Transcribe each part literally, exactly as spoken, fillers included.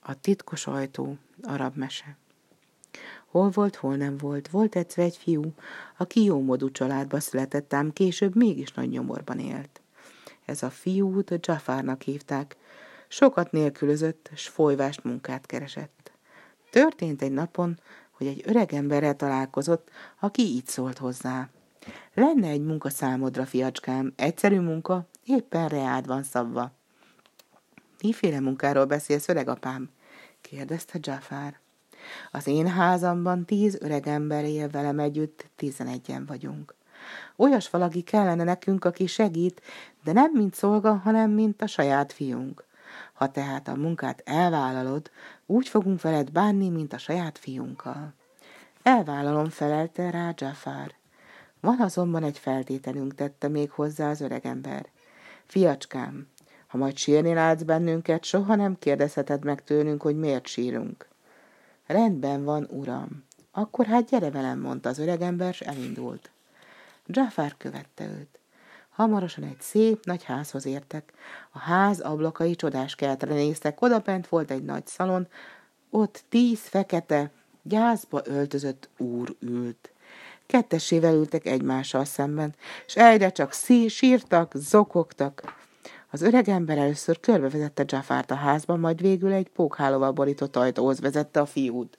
A titkos ajtó, arab mese. Hol volt, hol nem volt. Volt egyszer egy fiú, aki jómódú családba született, ám később mégis nagy nyomorban élt. Ez a fiút Dzsafárnak hívták. Sokat nélkülözött, s folyvást munkát keresett. Történt egy napon, hogy egy öreg emberrel találkozott, aki így szólt hozzá. Lenne egy munka számodra, fiacskám, egyszerű munka, éppen reád van szabva. Miféle munkáról beszélsz, öregapám? Kérdezte Dzsafár. Az én házamban tíz öreg ember él velem együtt, tizenegyen vagyunk. Olyas valaki kellene nekünk, aki segít, de nem mint szolga, hanem mint a saját fiunk. Ha tehát a munkát elvállalod, úgy fogunk veled bánni, mint a saját fiunkkal. Elvállalom, felelte rá Dzsafár. Van azonban egy feltételünk, tette még hozzá az öregember. Fiacskám, ha majd sírni látsz bennünket, soha nem kérdezheted meg tőlünk, hogy miért sírunk. Rendben van, uram. Akkor hát gyere velem, mondta az öregember, s elindult. Dzsafár követte őt. Hamarosan egy szép nagy házhoz értek. A ház ablakai csodás kertre néztek, odabent volt egy nagy szalon, ott tíz fekete, gyászba öltözött úr ült. Kettessével ültek egymással szemben, és egyre csak szí- sírtak, zokogtak. Az öregember először körbevezette Dzsafárt a házban, majd végül egy pókhálóval borított ajtóhoz vezette a fiút.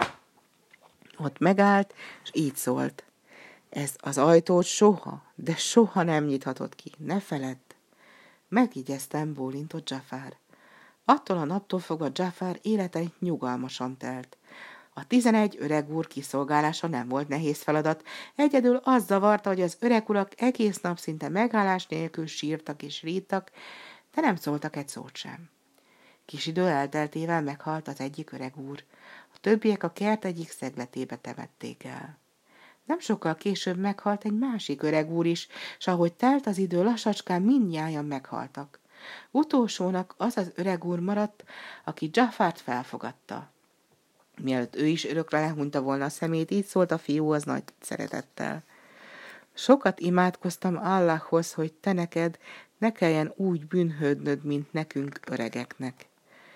Ott megállt, és így szólt. Ez az ajtót soha, de soha nem nyithatod ki, ne feledd. Megigyeztem, bólintott Dzsafár. Attól a naptól fogva Dzsafár élete nyugalmasan telt. A tizenegy öreg úr kiszolgálása nem volt nehéz feladat, egyedül az zavarta, hogy az öreg urak egész nap szinte megállás nélkül sírtak és ríttak, de nem szóltak egy szót sem. Kis idő elteltével meghalt az egyik öreg úr, a többiek a kert egyik szegletébe temették el. Nem sokkal később meghalt egy másik öreg úr is, s ahogy telt az idő, lassacskán mindnyájan meghaltak. Utolsónak az az öreg úr maradt, aki Dzsafárt felfogadta. Mielőtt ő is örökre lehunta volna a szemét, így szólt a fiú az nagy szeretettel. Sokat imádkoztam Allahhoz, hogy te neked ne kelljen úgy bűnhődnöd, mint nekünk öregeknek.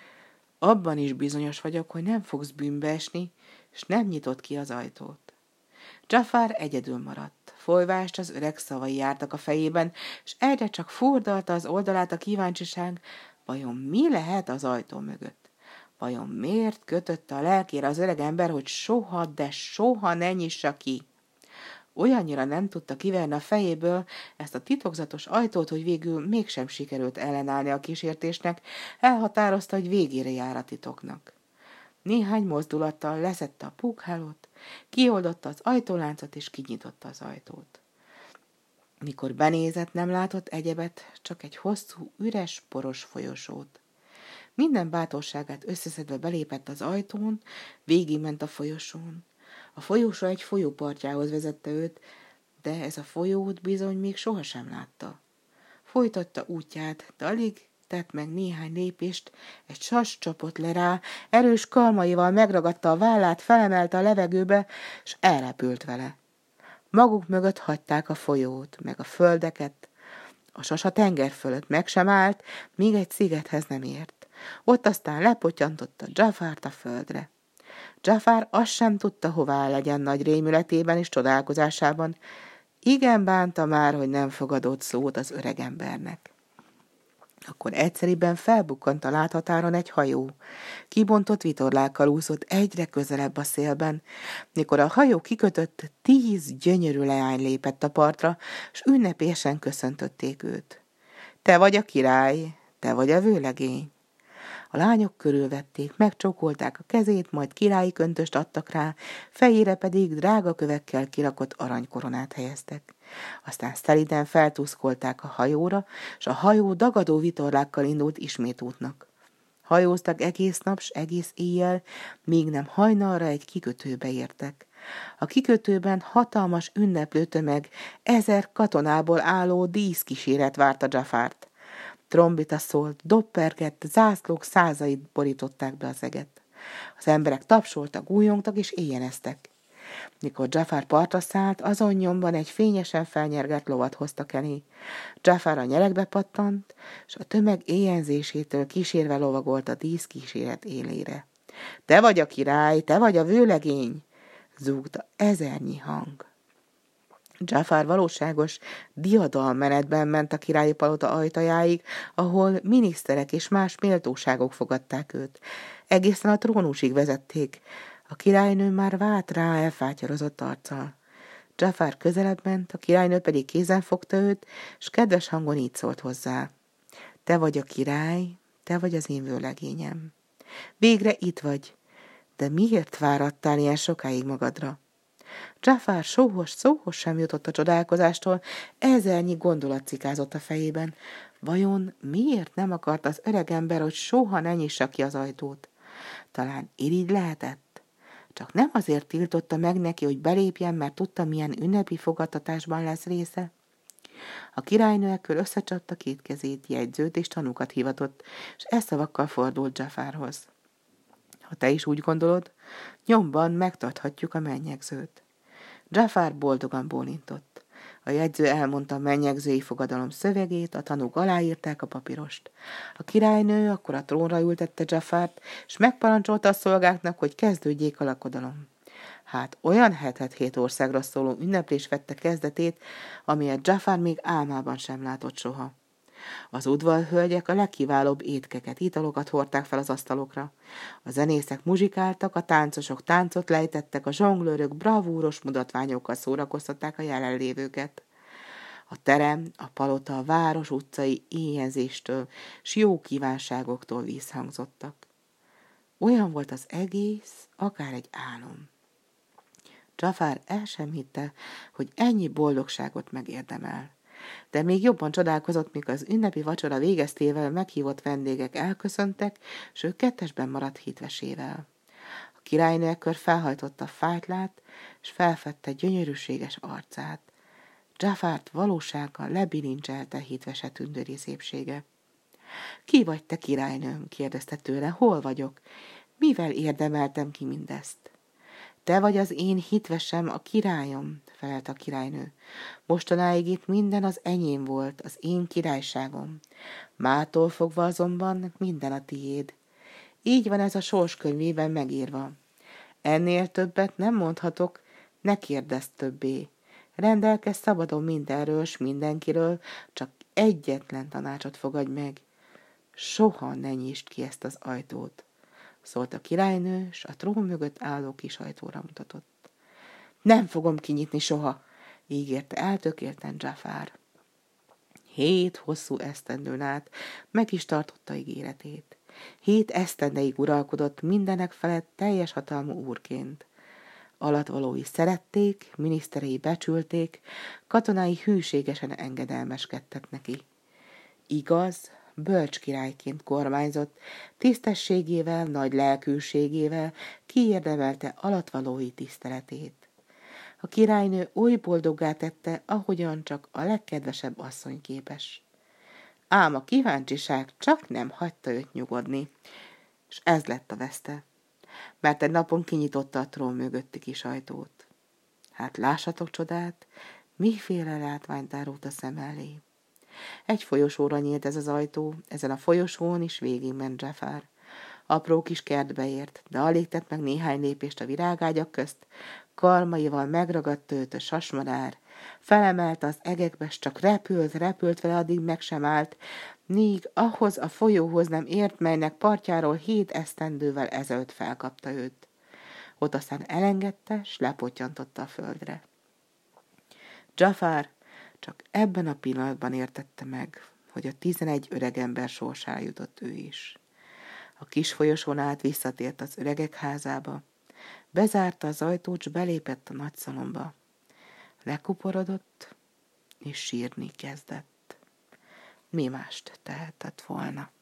Abban is bizonyos vagyok, hogy nem fogsz bűnbe esni, és nem nyitott ki az ajtót. Dzsafár egyedül maradt. Folyvást az öreg szavai jártak a fejében, és egyre csak furdalta az oldalát a kíváncsiság, vajon mi lehet az ajtó mögött. Vajon miért kötötte a lelkére az öreg ember, hogy soha, de soha ne nyissa ki? Olyannyira nem tudta kiverni a fejéből ezt a titokzatos ajtót, hogy végül mégsem sikerült ellenállni a kísértésnek, elhatározta, hogy végére jár a titoknak. Néhány mozdulattal leszedte a pókhálót, kioldotta az ajtóláncot és kinyitotta az ajtót. Mikor benézett, nem látott egyebet, csak egy hosszú, üres, poros folyosót. Minden bátorságát összeszedve belépett az ajtón, végigment a folyosón. A folyosó egy folyópartjához vezette őt, de ez a folyót bizony még sohasem látta. Folytatta útját, de alig tett meg néhány lépést, egy sas csapott le rá, erős karmaival megragadta a vállát, felemelte a levegőbe, és elrepült vele. Maguk mögött hagyták a folyót, meg a földeket. A sas a tenger fölött meg sem állt, míg egy szigethez nem ért. Ott aztán lepotyantotta Dzsafárt a földre. Dzsafár azt sem tudta, hová legyen nagy rémületében és csodálkozásában. Igen bánta már, hogy nem fogadott szót az öregembernek. Akkor egyszeriben felbukkant a láthatáron egy hajó. Kibontott vitorlákkal úszott egyre közelebb a szélben. Mikor a hajó kikötött, tíz gyönyörű leány lépett a partra, s ünnepélyesen köszöntötték őt. Te vagy a király, te vagy a vőlegény. A lányok körülvették, megcsókolták a kezét, majd királyi köntöst adtak rá, fejére pedig drága kövekkel kirakott aranykoronát helyeztek. Aztán szeliden feltuszkolták a hajóra, s a hajó dagadó vitorlákkal indult ismét útnak. Hajóztak egész nap, s egész éjjel, míg nem hajnalra egy kikötőbe értek. A kikötőben hatalmas ünneplő tömeg, ezer katonából álló díszkíséret várta Dzsafárt. Trombita szólt, doppergett, zászlók százait borították be az eget. Az emberek tapsoltak, újongtak és éjjeneztek. Mikor Dzsafár partra szállt, azon nyomban egy fényesen felnyergett lovat hoztak elé. Dzsafár a nyeregbe pattant, és a tömeg éjjenzésétől kísérve lovagolt a díszkíséret élére. Te vagy a király, te vagy a vőlegény! Zúgta ezernyi hang. Dzsafár valóságos diadalmenetben ment a királyi palota ajtajáig, ahol miniszterek és más méltóságok fogadták őt. Egészen a trónusig vezették. A királynő már vált rá elfátyarozott arccal. Dzsafár közelebb ment, a királynő pedig kézen fogta őt, s kedves hangon így szólt hozzá. Te vagy a király, te vagy az én vőlegényem. Végre itt vagy, de miért várattál ilyen sokáig magadra? Dzsafár sóhos, szóhoz sem jutott a csodálkozástól, ezernyi gondolat cikázott a fejében. Vajon miért nem akart az öreg ember, hogy soha ne nyissa ki az ajtót? Talán irigy lehetett? Csak nem azért tiltotta meg neki, hogy belépjen, mert tudta, milyen ünnepi fogadtatásban lesz része. A királynő ekkor összecsapta két kezét, jegyzőt és tanúkat hivatott, és e szavakkal fordult Dzsafárhoz. Ha te is úgy gondolod, nyomban megtarthatjuk a mennyegzőt. Dzsafár boldogan bólintott. A jegyző elmondta a mennyegzői fogadalom szövegét, a tanúk aláírták a papírost. A királynő akkor a trónra ültette Dzsafárt, és megparancsolta a szolgáknak, hogy kezdődjék a lakodalom. Hát olyan hetet-hét országra szóló ünneplés vette kezdetét, amilyet Dzsafár még álmában sem látott soha. Az udvarhölgyek a legkiválóbb étkeket, italokat hordták fel az asztalokra. A zenészek muzsikáltak, a táncosok táncot lejtettek, a zsonglőrök bravúros mutatványokkal szórakoztatták a jelenlévőket. A terem, a palota, a város utcai éjjenzéstől s jó kívánságoktól vízhangzottak. Olyan volt az egész, akár egy álom. Dzsafár el sem hitte, hogy ennyi boldogságot megérdemel. De még jobban csodálkozott, mikor az ünnepi vacsora végeztével meghívott vendégek elköszöntek, s ő kettesben maradt hitvesével. A királynő ekkor felhajtotta fájtlát, s felfedte gyönyörűséges arcát. Dzsafárt valósággal lebilincselte hitvese tündöri szépsége. Ki vagy te, királynőm? Kérdezte tőle. Hol vagyok? Mivel érdemeltem ki mindezt? Te vagy az én hitvesem, a királyom, felelt a királynő. Mostanáig itt minden az enyém volt, az én királyságom. Mától fogva azonban minden a tiéd. Így van ez a sorskönyvében megírva. Ennél többet nem mondhatok, ne kérdezz többé. Rendelkezz szabadon mindenről s mindenkiről, csak egyetlen tanácsot fogadj meg. Soha ne nyisd ki ezt az ajtót, szólt a királynő, s a trón mögött álló kis ajtóra mutatott. Nem fogom kinyitni soha, ígérte eltökélten Dzsafár. Hét hosszú esztendőn át meg is tartotta ígéretét. Hét esztendeig uralkodott mindenek felett teljes hatalmú úrként. Alatvalói szerették, miniszterei becsülték, katonái hűségesen engedelmeskedtek neki. Igaz, bölcs királyként kormányzott, tisztességével, nagy lelkűségével kiérdemelte alatvalói tiszteletét. A királynő oly boldoggá tette, ahogyan csak a legkedvesebb asszony képes. Ám a kíváncsiság csak nem hagyta őt nyugodni, és ez lett a veszte, mert egy napon kinyitotta a trón mögötti kis ajtót. Hát lássatok csodát, miféle látvány tárult a szem elé. Egy folyosóra nyílt ez az ajtó, ezen a folyosón is végigment Dzsafár. Apró kis kertbe ért, de alig tett meg néhány lépést a virágágyak közt, karmaival megragadt őt a sasmadár, felemelte az egekbe, s csak repült, repült vele, addig meg sem állt, míg ahhoz a folyóhoz nem ért, melynek partjáról hét esztendővel ezelőtt felkapta őt. Ott aztán elengedte, s lepottyantotta a földre. Dzsafár csak ebben a pillanatban értette meg, hogy a tizenegy öregember sorsára jutott ő is. A kis folyosón át visszatért az öregek házába, bezárta az ajtót, s belépett a nagy szalomba. Lekuporodott, és sírni kezdett. Mi mást tehetett volna?